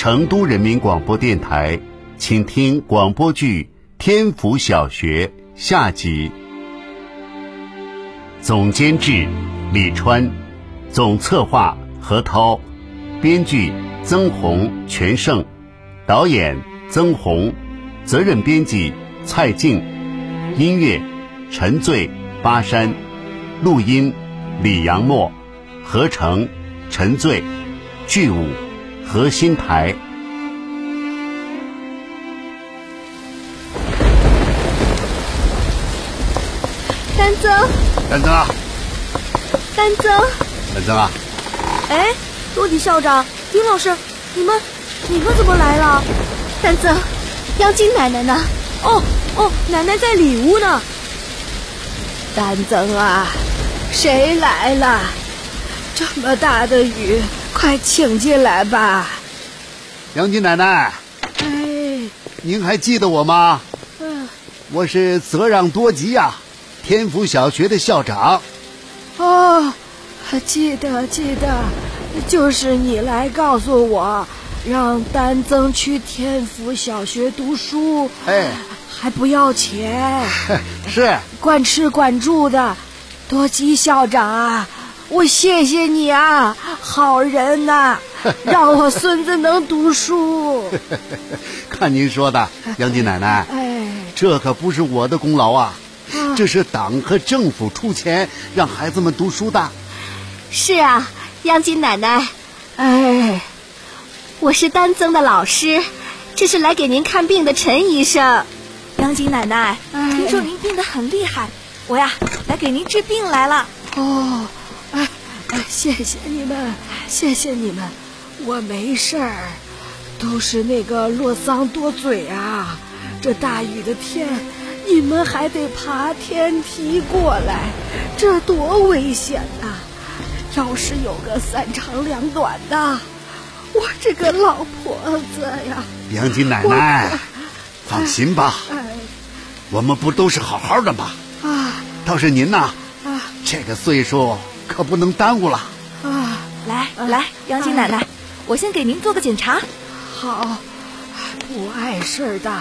成都人民广播电台，请听广播剧《天府小学》下集。总监制李川，总策划何涛，编剧曾红、全胜，导演曾红，责任编辑蔡静，音乐陈醉、巴山，录音李阳墨，合成陈醉，剧舞何新台。 丹增， 丹增啊， 丹增， 丹增啊！ 哎，多迪校长、丁老师，你们怎么来了？丹增，央金奶奶呢？哦，奶奶在里屋呢。 丹增啊，谁来了？这么大的雨，快请进来吧。 央金奶奶， 哎， 您还记得我吗？我是泽让多吉呀，天府小学的校长。 哦，记得，就是你来告诉我，让丹增去天府小学读书，还不要钱， 是管吃管住的。多吉校长啊，我谢谢你啊，好人呐，让我孙子能读书。 看您说的，央金奶奶，这可不是我的功劳啊，这是党和政府出钱让孩子们读书的。 是啊，央金奶奶，我是丹增的老师，这是来给您看病的陈医生。央金奶奶，听说您病得很厉害，我呀来给您治病来了。 哦，谢谢你们，我没事儿，都是那个洛桑多嘴啊，这大雨的天，你们还得爬天梯过来，这多危险呐！要是有个三长两短的，我这个老婆子呀。 央金奶奶，放心吧，我们不都是好好的吗？倒是您呐，这个岁数可不能耽误了。 来，央金奶奶，我先给您做个检查。 好，不碍事的，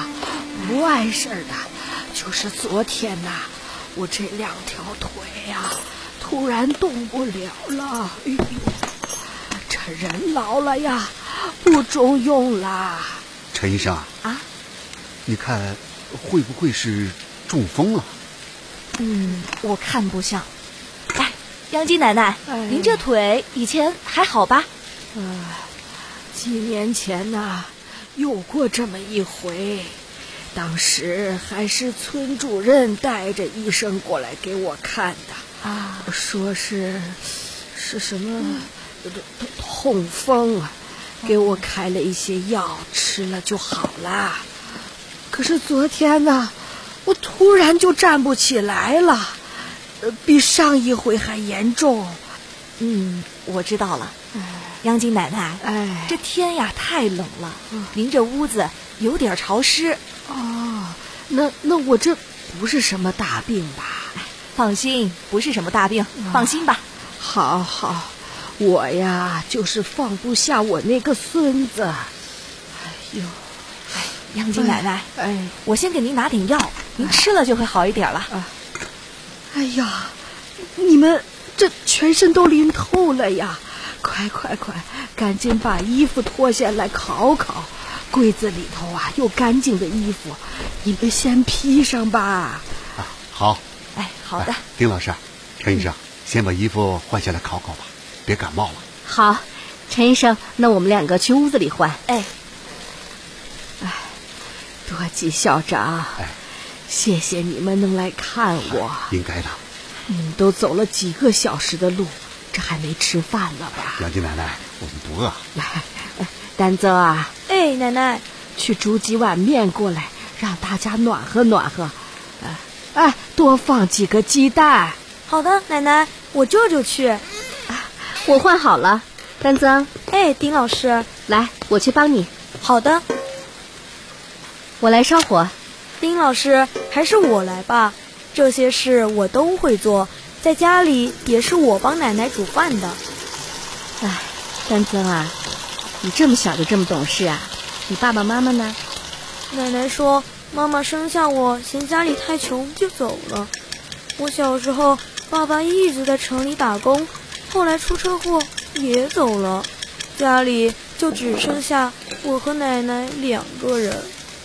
就是昨天呐，我这两条腿呀，突然动不了了。哎呦，这人老了呀，不中用啦。 陈医生啊，你看会不会是中风了？ 我看不像。央金奶奶，您这腿以前还好吧？ 几年前呐，有过这么一回，当时还是村主任带着医生过来给我看的，说是什么痛风啊，给我开了一些药，吃了就好了。可是昨天呢，我突然就站不起来了，比上一回还严重。 我知道了。央金奶奶，这天呀太冷了，您这屋子有点潮湿。 那我这不是什么大病吧？ 放心，不是什么大病，放心吧。 好，我呀就是放不下我那个孙子。 央金奶奶，我先给您拿点药，您吃了就会好一点了。 哎呀，你们这全身都淋透了呀！快，赶紧把衣服脱下来烤，柜子里头啊有干净的衣服，你们先披上吧。 好。 好的。 丁老师，陈医生，先把衣服换下来烤吧，别感冒了。 好，陈医生，那我们两个去屋子里换。 多吉校长，谢谢你们能来看我。 应该的。 你们都走了几个小时的路，这还没吃饭了吧？ 央金奶奶，我们不饿。 来，丹增啊， 奶奶， 去煮几碗面过来，让大家暖和。多放几个鸡蛋。 好的，奶奶，我这就去。 我换好了，丹增。 丁老师， 来，我去帮你。 好的。 我来烧火。 丁老师，还是我来吧，这些事我都会做，在家里也是我帮奶奶煮饭的。 丹增啊， 你这么小就这么懂事啊？你爸爸妈妈呢？ 奶奶说妈妈生下我嫌家里太穷就走了。我小时候爸爸一直在城里打工，后来出车祸也走了，家里就只剩下我和奶奶2个人。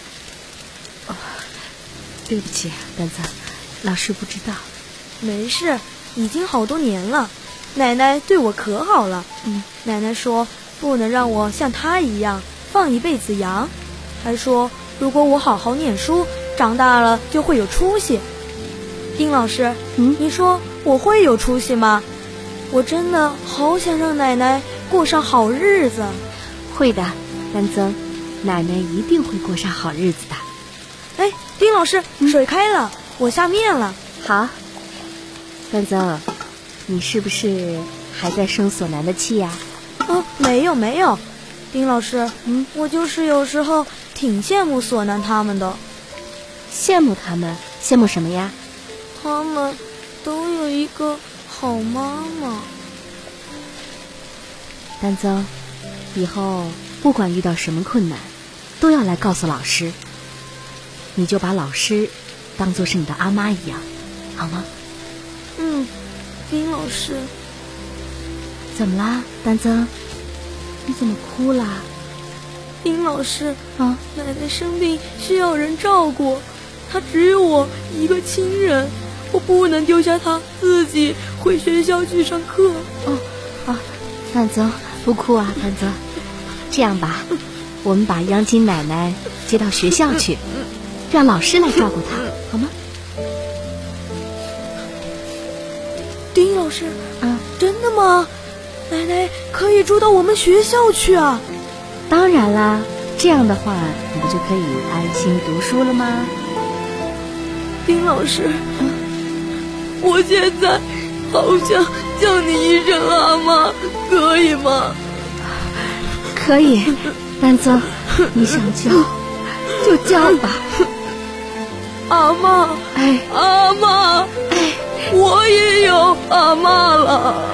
对不起，丹子，老师不知道。 没事，已经好多年了，奶奶对我可好了。奶奶说不能让我像她一样放一辈子羊，还说如果我好好念书，长大了就会有出息。丁老师，你说我会有出息吗？我真的好想让奶奶过上好日子。 会的，丹增，奶奶一定会过上好日子的。 哎，丁老师，水开了，我下面了。 好，丹增，你是不是还在生索南的气呀？ 没有，丁老师，我就是有时候挺羡慕索南他们的。 羡慕他们？羡慕什么呀？ 他们都有一个好妈妈。 丹增，以后不管遇到什么困难，都要来告诉老师。你就把老师当作是你的阿妈一样，好吗？ 丁老师。 怎么啦，丹增？你怎么哭啦？ 丁老师，奶奶生病需要人照顾，她只有我一个亲人，我不能丢下她自己回学校去上课。 丹增，不哭啊，丹增。这样吧，我们把央金奶奶接到学校去，让老师来照顾她，好吗？ 丁老师，真的吗？奶奶可以住到我们学校去啊？ 当然啦，这样的话你不就可以安心读书了吗？ 丁老师，我现在好想叫你一声阿妈，可以吗？ 可以，丹增，你想叫就叫吧。 阿妈，阿妈，我也有阿妈了。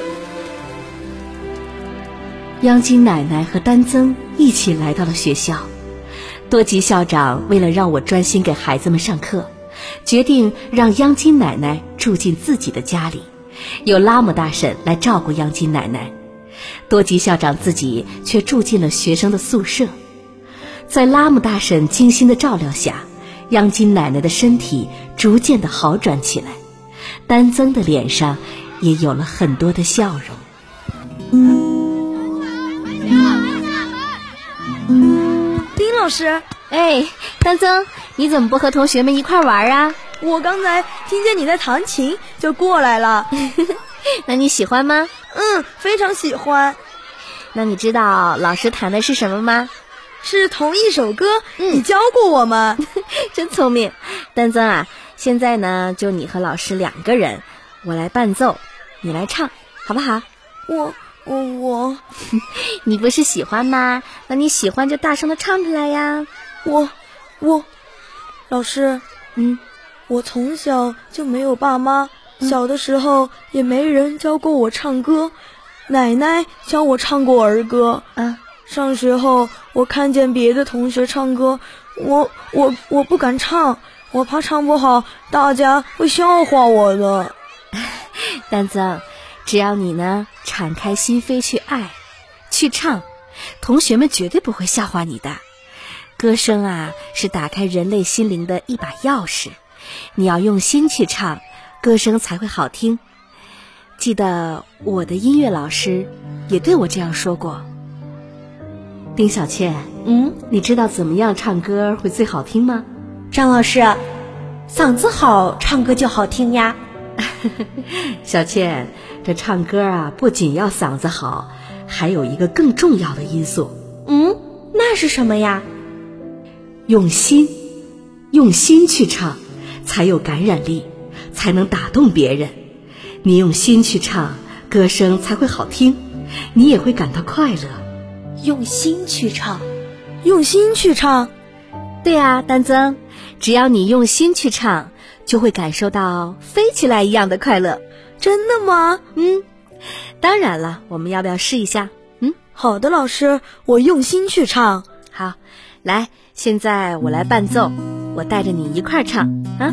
央金奶奶和丹增一起来到了学校。多吉校长为了让我专心给孩子们上课，决定让央金奶奶住进自己的家里，由拉姆大婶来照顾央金奶奶。多吉校长自己却住进了学生的宿舍。在拉姆大婶精心的照料下，央金奶奶的身体逐渐的好转起来，丹增的脸上也有了很多的笑容。 丁老师， 丹增，你怎么不和同学们一块玩啊？ 我刚才听见你在弹琴，就过来了。 那你喜欢吗？ 非常喜欢。 那你知道老师弹的是什么吗？ 是同一首歌，你教过我们。 真聪明。丹增啊，现在呢就你和老师2个人，我来伴奏，你来唱，好不好？ 我你不是喜欢吗？那你喜欢就大声的唱出来呀。 老师，我从小就没有爸妈，小的时候也没人教过我唱歌，奶奶教我唱过儿歌。上学后我看见别的同学唱歌，我不敢唱，我怕唱不好大家会笑话我的。 丹增，只要你呢敞开心扉去爱去唱，同学们绝对不会笑话你的。歌声啊，是打开人类心灵的一把钥匙，你要用心去唱，歌声才会好听。记得我的音乐老师也对我这样说过。丁小倩，你知道怎么样唱歌会最好听吗？ 张老师，嗓子好唱歌就好听呀。 小倩，这唱歌啊，不仅要嗓子好，还有一个更重要的因素。 那是什么呀？ 用心去唱，才有感染力，才能打动别人。你用心去唱，歌声才会好听，你也会感到快乐。 用心去唱。 对啊，丹增，只要你用心去唱，就会感受到飞起来一样的快乐。 真的吗？ 当然了，我们要不要试一下？ 好的，老师，我用心去唱。 好，来，现在我来伴奏，我带着你一块儿唱啊。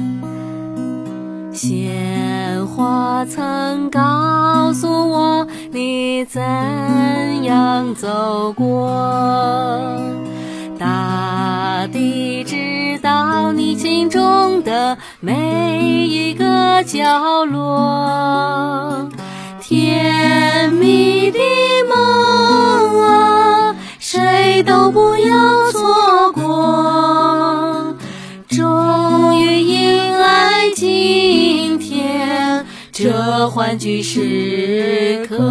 鲜花曾告诉我，你怎样走过，大地知道你心中的每一个角落，甜蜜的梦啊，谁都不要错过，终于迎来今天这欢聚时刻。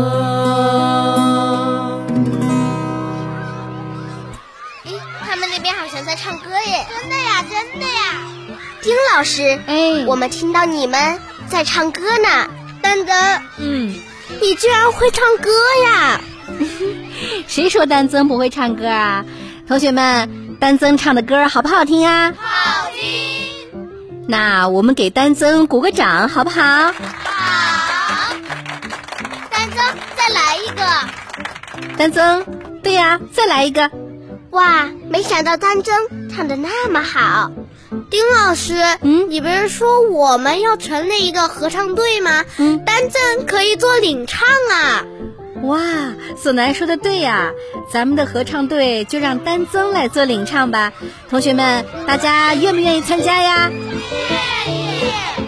他们那边好像在唱歌耶！真的呀，真的呀！丁老师，我们听到你们在唱歌呢。丹丹，你居然会唱歌呀！ 谁说丹增不会唱歌啊？同学们，丹增唱的歌好不好听啊？ 好听。 那我们给丹增鼓个掌好不好？ 好。丹增，再来一个。 丹增，对呀，再来一个。 哇，没想到丹增唱得那么好。丁老师，你不是说我们要成立一个合唱队吗？丹增可以做领唱啊。 哇，索南说的对呀，咱们的合唱队就让丹增来做领唱吧。同学们，大家愿不愿意参加呀？ 愿意。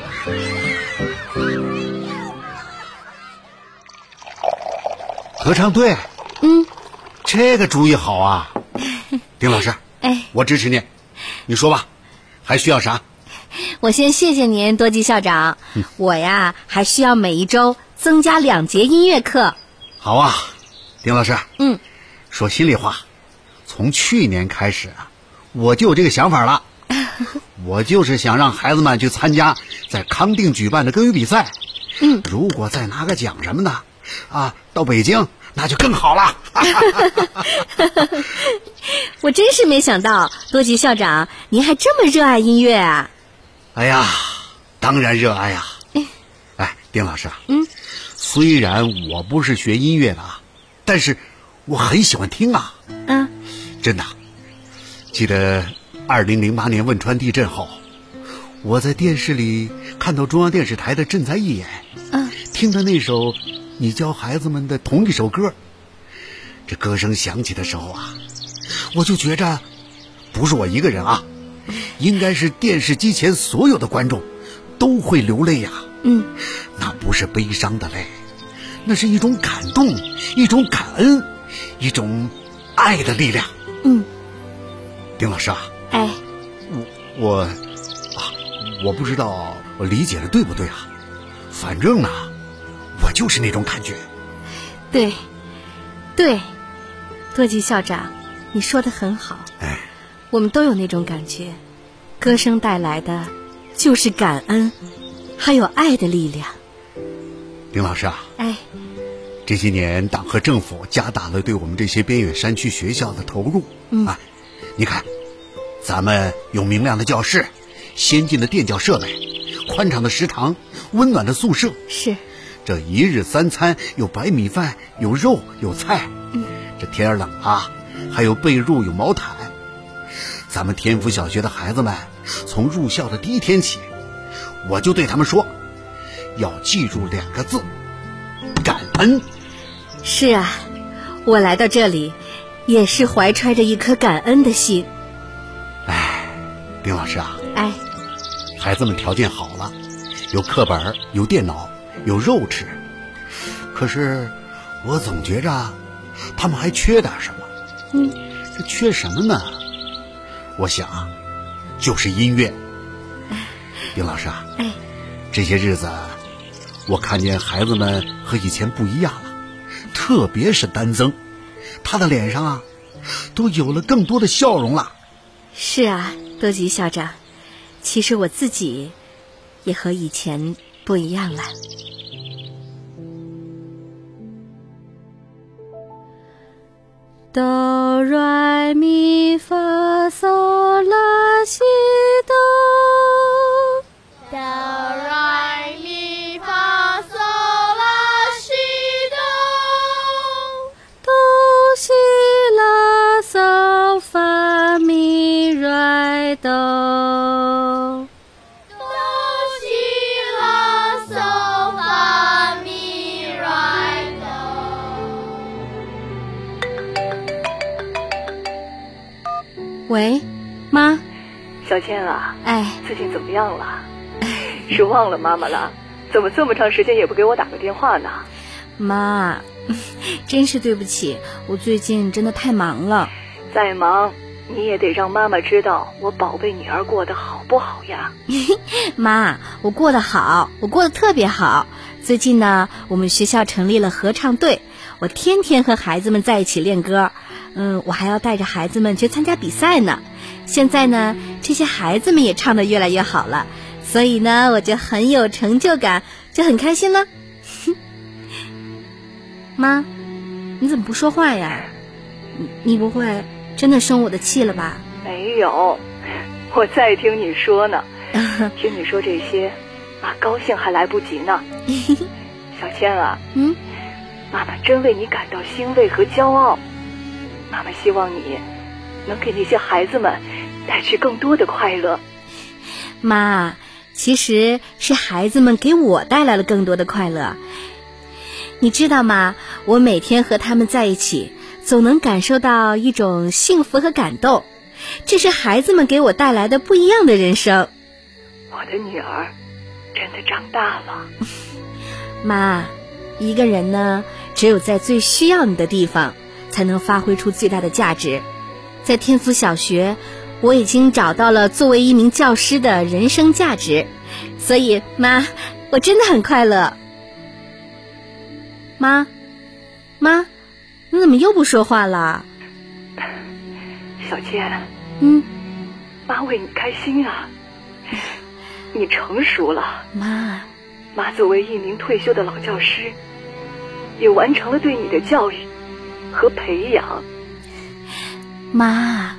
合唱队，这个主意好啊。丁老师，我支持你，你说吧，还需要啥？ 我先谢谢您，多吉校长。我呀，还需要每一周增加2节音乐课。 好啊，丁老师。说心里话，从去年开始啊，我就有这个想法了。我就是想让孩子们去参加在康定举办的歌语比赛。如果再拿个奖什么的啊，到北京那就更好了。 我真是没想到，多吉校长您还这么热爱音乐啊！ 哎呀，当然热爱呀。丁老师啊，虽然我不是学音乐的，但是我很喜欢听啊。真的，记得2008年汶川地震后，我在电视里看到中央电视台的《赈灾义演》，听的那首你教孩子们的同一首歌，这歌声响起的时候啊，我就觉着不是我一个人啊，应该是电视机前所有的观众都会流泪呀。那不是悲伤的泪，那是一种感动，一种感恩，一种爱的力量。丁老师啊，我不知道我理解的对不对啊，反正呢，我就是那种感觉。 对，多吉校长，你说的很好。我们都有那种感觉，歌声带来的就是感恩，还有爱的力量。 丁老师啊，这些年党和政府加大了对我们这些边远山区学校的投入。你看，咱们有明亮的教室，先进的电教设备，宽敞的食堂，温暖的宿舍。 是， 这一日3餐有白米饭，有肉，有菜。这天冷啊，还有被褥，有毛毯。咱们天福小学的孩子们，从入校的第一天起，我就对他们说，要记住2个字：感恩。 是啊，我来到这里也是怀揣着一颗感恩的心。 丁老师啊，孩子们条件好了，有课本，有电脑，有肉吃，可是我总觉着他们还缺点什么。这缺什么呢？我想就是音乐。丁老师啊，这些日子我看见孩子们和以前不一样了，特别是丹增，他的脸上啊都有了更多的笑容了。 是啊，多吉校长，其实我自己也和以前不一样了。哆来咪发嗦拉西哆， 哆来咪发嗦拉西哆西喂，妈。 小倩啊， 哎， 最近怎么样了？是忘了妈妈了？怎么这么长时间也不给我打个电话呢？ 妈，真是对不起，我最近真的太忙了。 再忙你也得让妈妈知道我宝贝女儿过得好不好呀。 妈，我过得好，我过得特别好。最近呢，我们学校成立了合唱队，我天天和孩子们在一起练歌。我还要带着孩子们去参加比赛呢。现在呢，这些孩子们也唱得越来越好了，所以呢，我就很有成就感，就很开心了。妈，你怎么不说话呀？你不会真的生我的气了吧？ 没有，我在听你说呢。听你说这些，妈高兴还来不及呢。小倩啊，妈妈真为你感到欣慰和骄傲。妈妈希望你能给那些孩子们带去更多的快乐。 妈，其实是孩子们给我带来了更多的快乐。你知道吗？我每天和他们在一起，总能感受到一种幸福和感动，这是孩子们给我带来的不一样的人生。 我的女儿真的长大了。 妈，一个人呢，只有在最需要你的地方才能发挥出最大的价值。在天福小学，我已经找到了作为一名教师的人生价值，所以妈，我真的很快乐。妈，你怎么又不说话了？ 小倩，妈为你开心啊，你成熟了。妈作为一名退休的老教师，也完成了对你的教育和培养。 妈，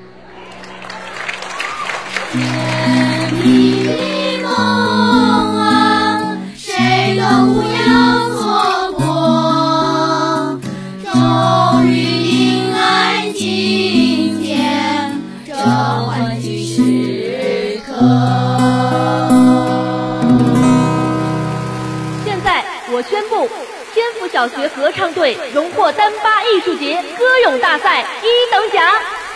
你的梦啊，谁都不要错过，终于迎来今天这欢喜时刻。 现在我宣布，天福小学合唱队荣获丹巴艺术节歌咏大赛1等奖。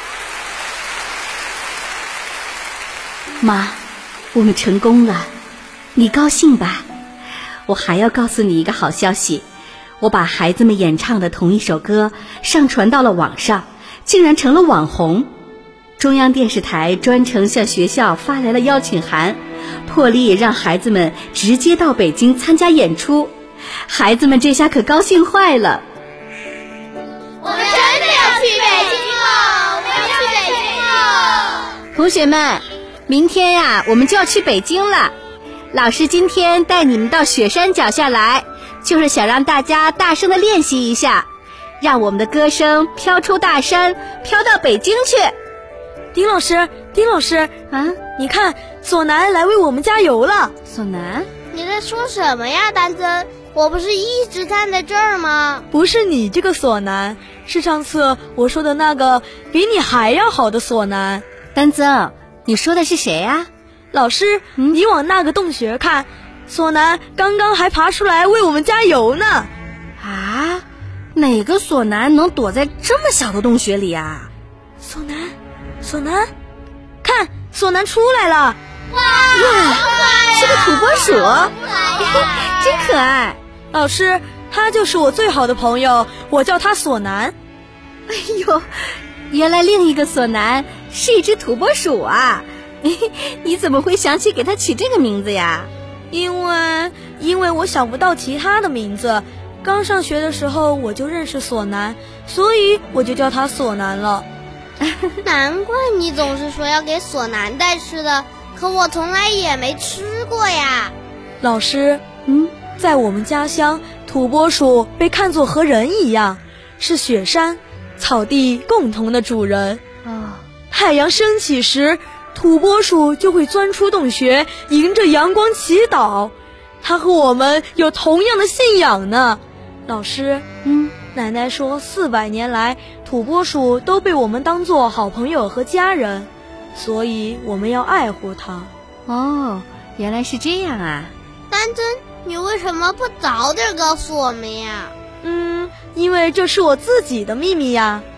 妈，我们成功了，你高兴吧？我还要告诉你一个好消息，我把孩子们演唱的同一首歌上传到了网上，竟然成了网红。中央电视台专程向学校发来了邀请函，破例让孩子们直接到北京参加演出。孩子们这下可高兴坏了。 我们真的要去北京了，我们要去北京了。 同学们，明天呀，我们就要去北京了。老师今天带你们到雪山脚下来，就是想让大家大声的练习一下，让我们的歌声飘出大山，飘到北京去。 丁老师啊，你看索南来为我们加油了。 索南？ 你在说什么呀，丹增？我不是一直站在这儿吗？ 不是你这个索南，是上次我说的那个比你还要好的索南。 丹增，你说的是谁呀？ 老师，你往那个洞穴看，索南刚刚还爬出来为我们加油呢。 啊？哪个索南能躲在这么小的洞穴里啊？ 索南，看，索南出来了。 哇， 是个土拨鼠，真可爱。 老师，他就是我最好的朋友，我叫他索南。 哎呦，原来另一个索南是一只土拨鼠啊！你怎么会想起给他起这个名字呀？ 因为我想不到其他的名字。刚上学的时候我就认识索南，所以我就叫他索南了。 难怪你总是说要给索南带吃的，可我从来也没吃过呀。 老师，在我们家乡，土拨鼠被看作和人一样，是雪山、草地共同的主人。太阳升起时，土拨鼠就会钻出洞穴，迎着阳光祈祷。它和我们有同样的信仰呢。老师，奶奶说400年来，土拨鼠都被我们当作好朋友和家人，所以我们要爱护它。 哦，原来是这样啊。 丹增，你为什么不早点告诉我们呀？ 因为这是我自己的秘密呀。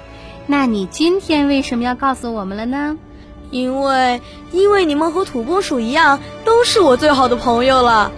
那你今天为什么要告诉我们了呢？ 因为你们和土拨鼠一样，都是我最好的朋友了。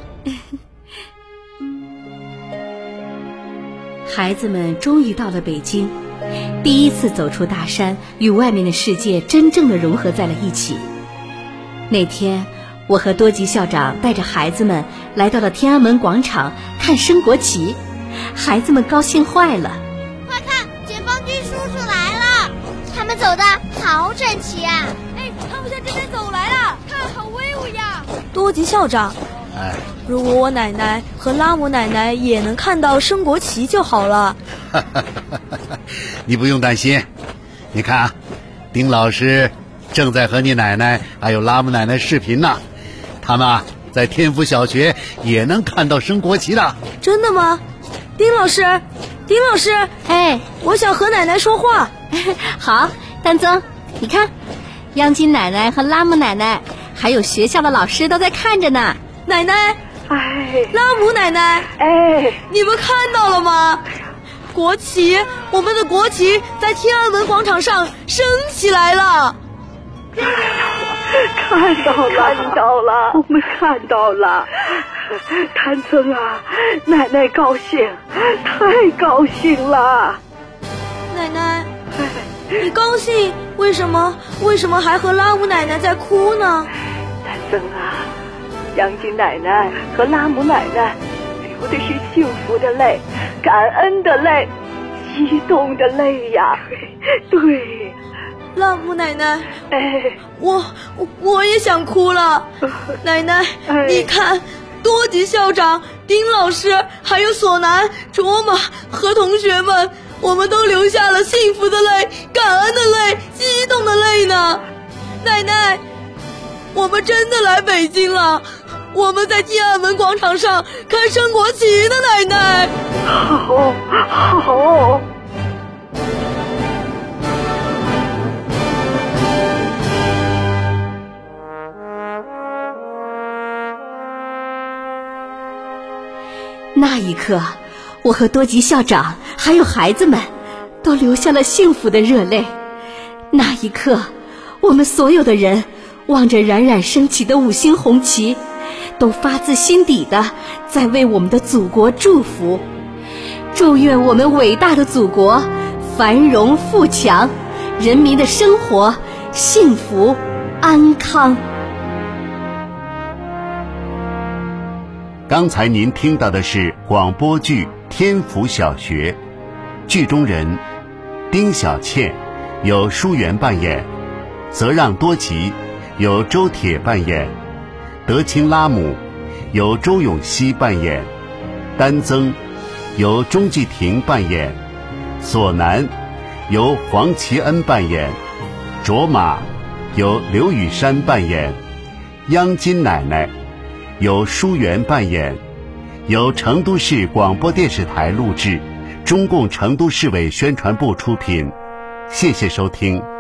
孩子们终于到了北京，第一次走出大山，与外面的世界真正的融合在了一起。那天，我和多吉校长带着孩子们来到了天安门广场看升国旗，孩子们高兴坏了。 快看，解放军叔叔来了，他们走的好整齐啊！ 哎，他们向这边走来了，看，好威武呀！多吉校长，如果我奶奶和拉姆奶奶也能看到升国旗就好了。 你不用担心，你看啊，丁老师正在和你奶奶还有拉姆奶奶视频呢，他们啊在天福小学也能看到升国旗的。 真的吗？丁老师， 哎， 我想和奶奶说话。 好，丹增，你看，央金奶奶和拉姆奶奶还有学校的老师都在看着呢。 奶奶，拉姆奶奶，你们看到了吗？国旗，我们的国旗在天安门广场上升起来了。 看到了，我们看到了。谭增啊，奶奶高兴，太高兴了。 奶奶，你高兴，为什么还和拉姆奶奶在哭呢？ 谭增啊，央金奶奶和拉姆奶奶流的是幸福的泪，感恩的泪，激动的泪呀。对， 拉姆奶奶，我也想哭了。奶奶，你看，多吉校长、丁老师还有索南、卓玛和同学们，我们都流下了幸福的泪、感恩的泪、激动的泪呢。奶奶，我们真的来北京了，我们在天安门广场上看升国旗呢。奶奶， 好。 那一刻，我和多吉校长还有孩子们都流下了幸福的热泪。那一刻，我们所有的人望着冉冉升起的5星红旗，都发自心底的在为我们的祖国祝福，祝愿我们伟大的祖国繁荣富强，人民的生活幸福安康。 刚才您听到的是广播剧《天福小学》，剧中人丁小倩由舒媛扮演，则让多吉由周铁扮演，德清拉姆由周永熙扮演，丹增由钟继廷扮演，索南由黄奇恩扮演，卓玛由刘雨山扮演，央金奶奶由舒媛扮演，由成都市广播电视台录制，中共成都市委宣传部出品。谢谢收听。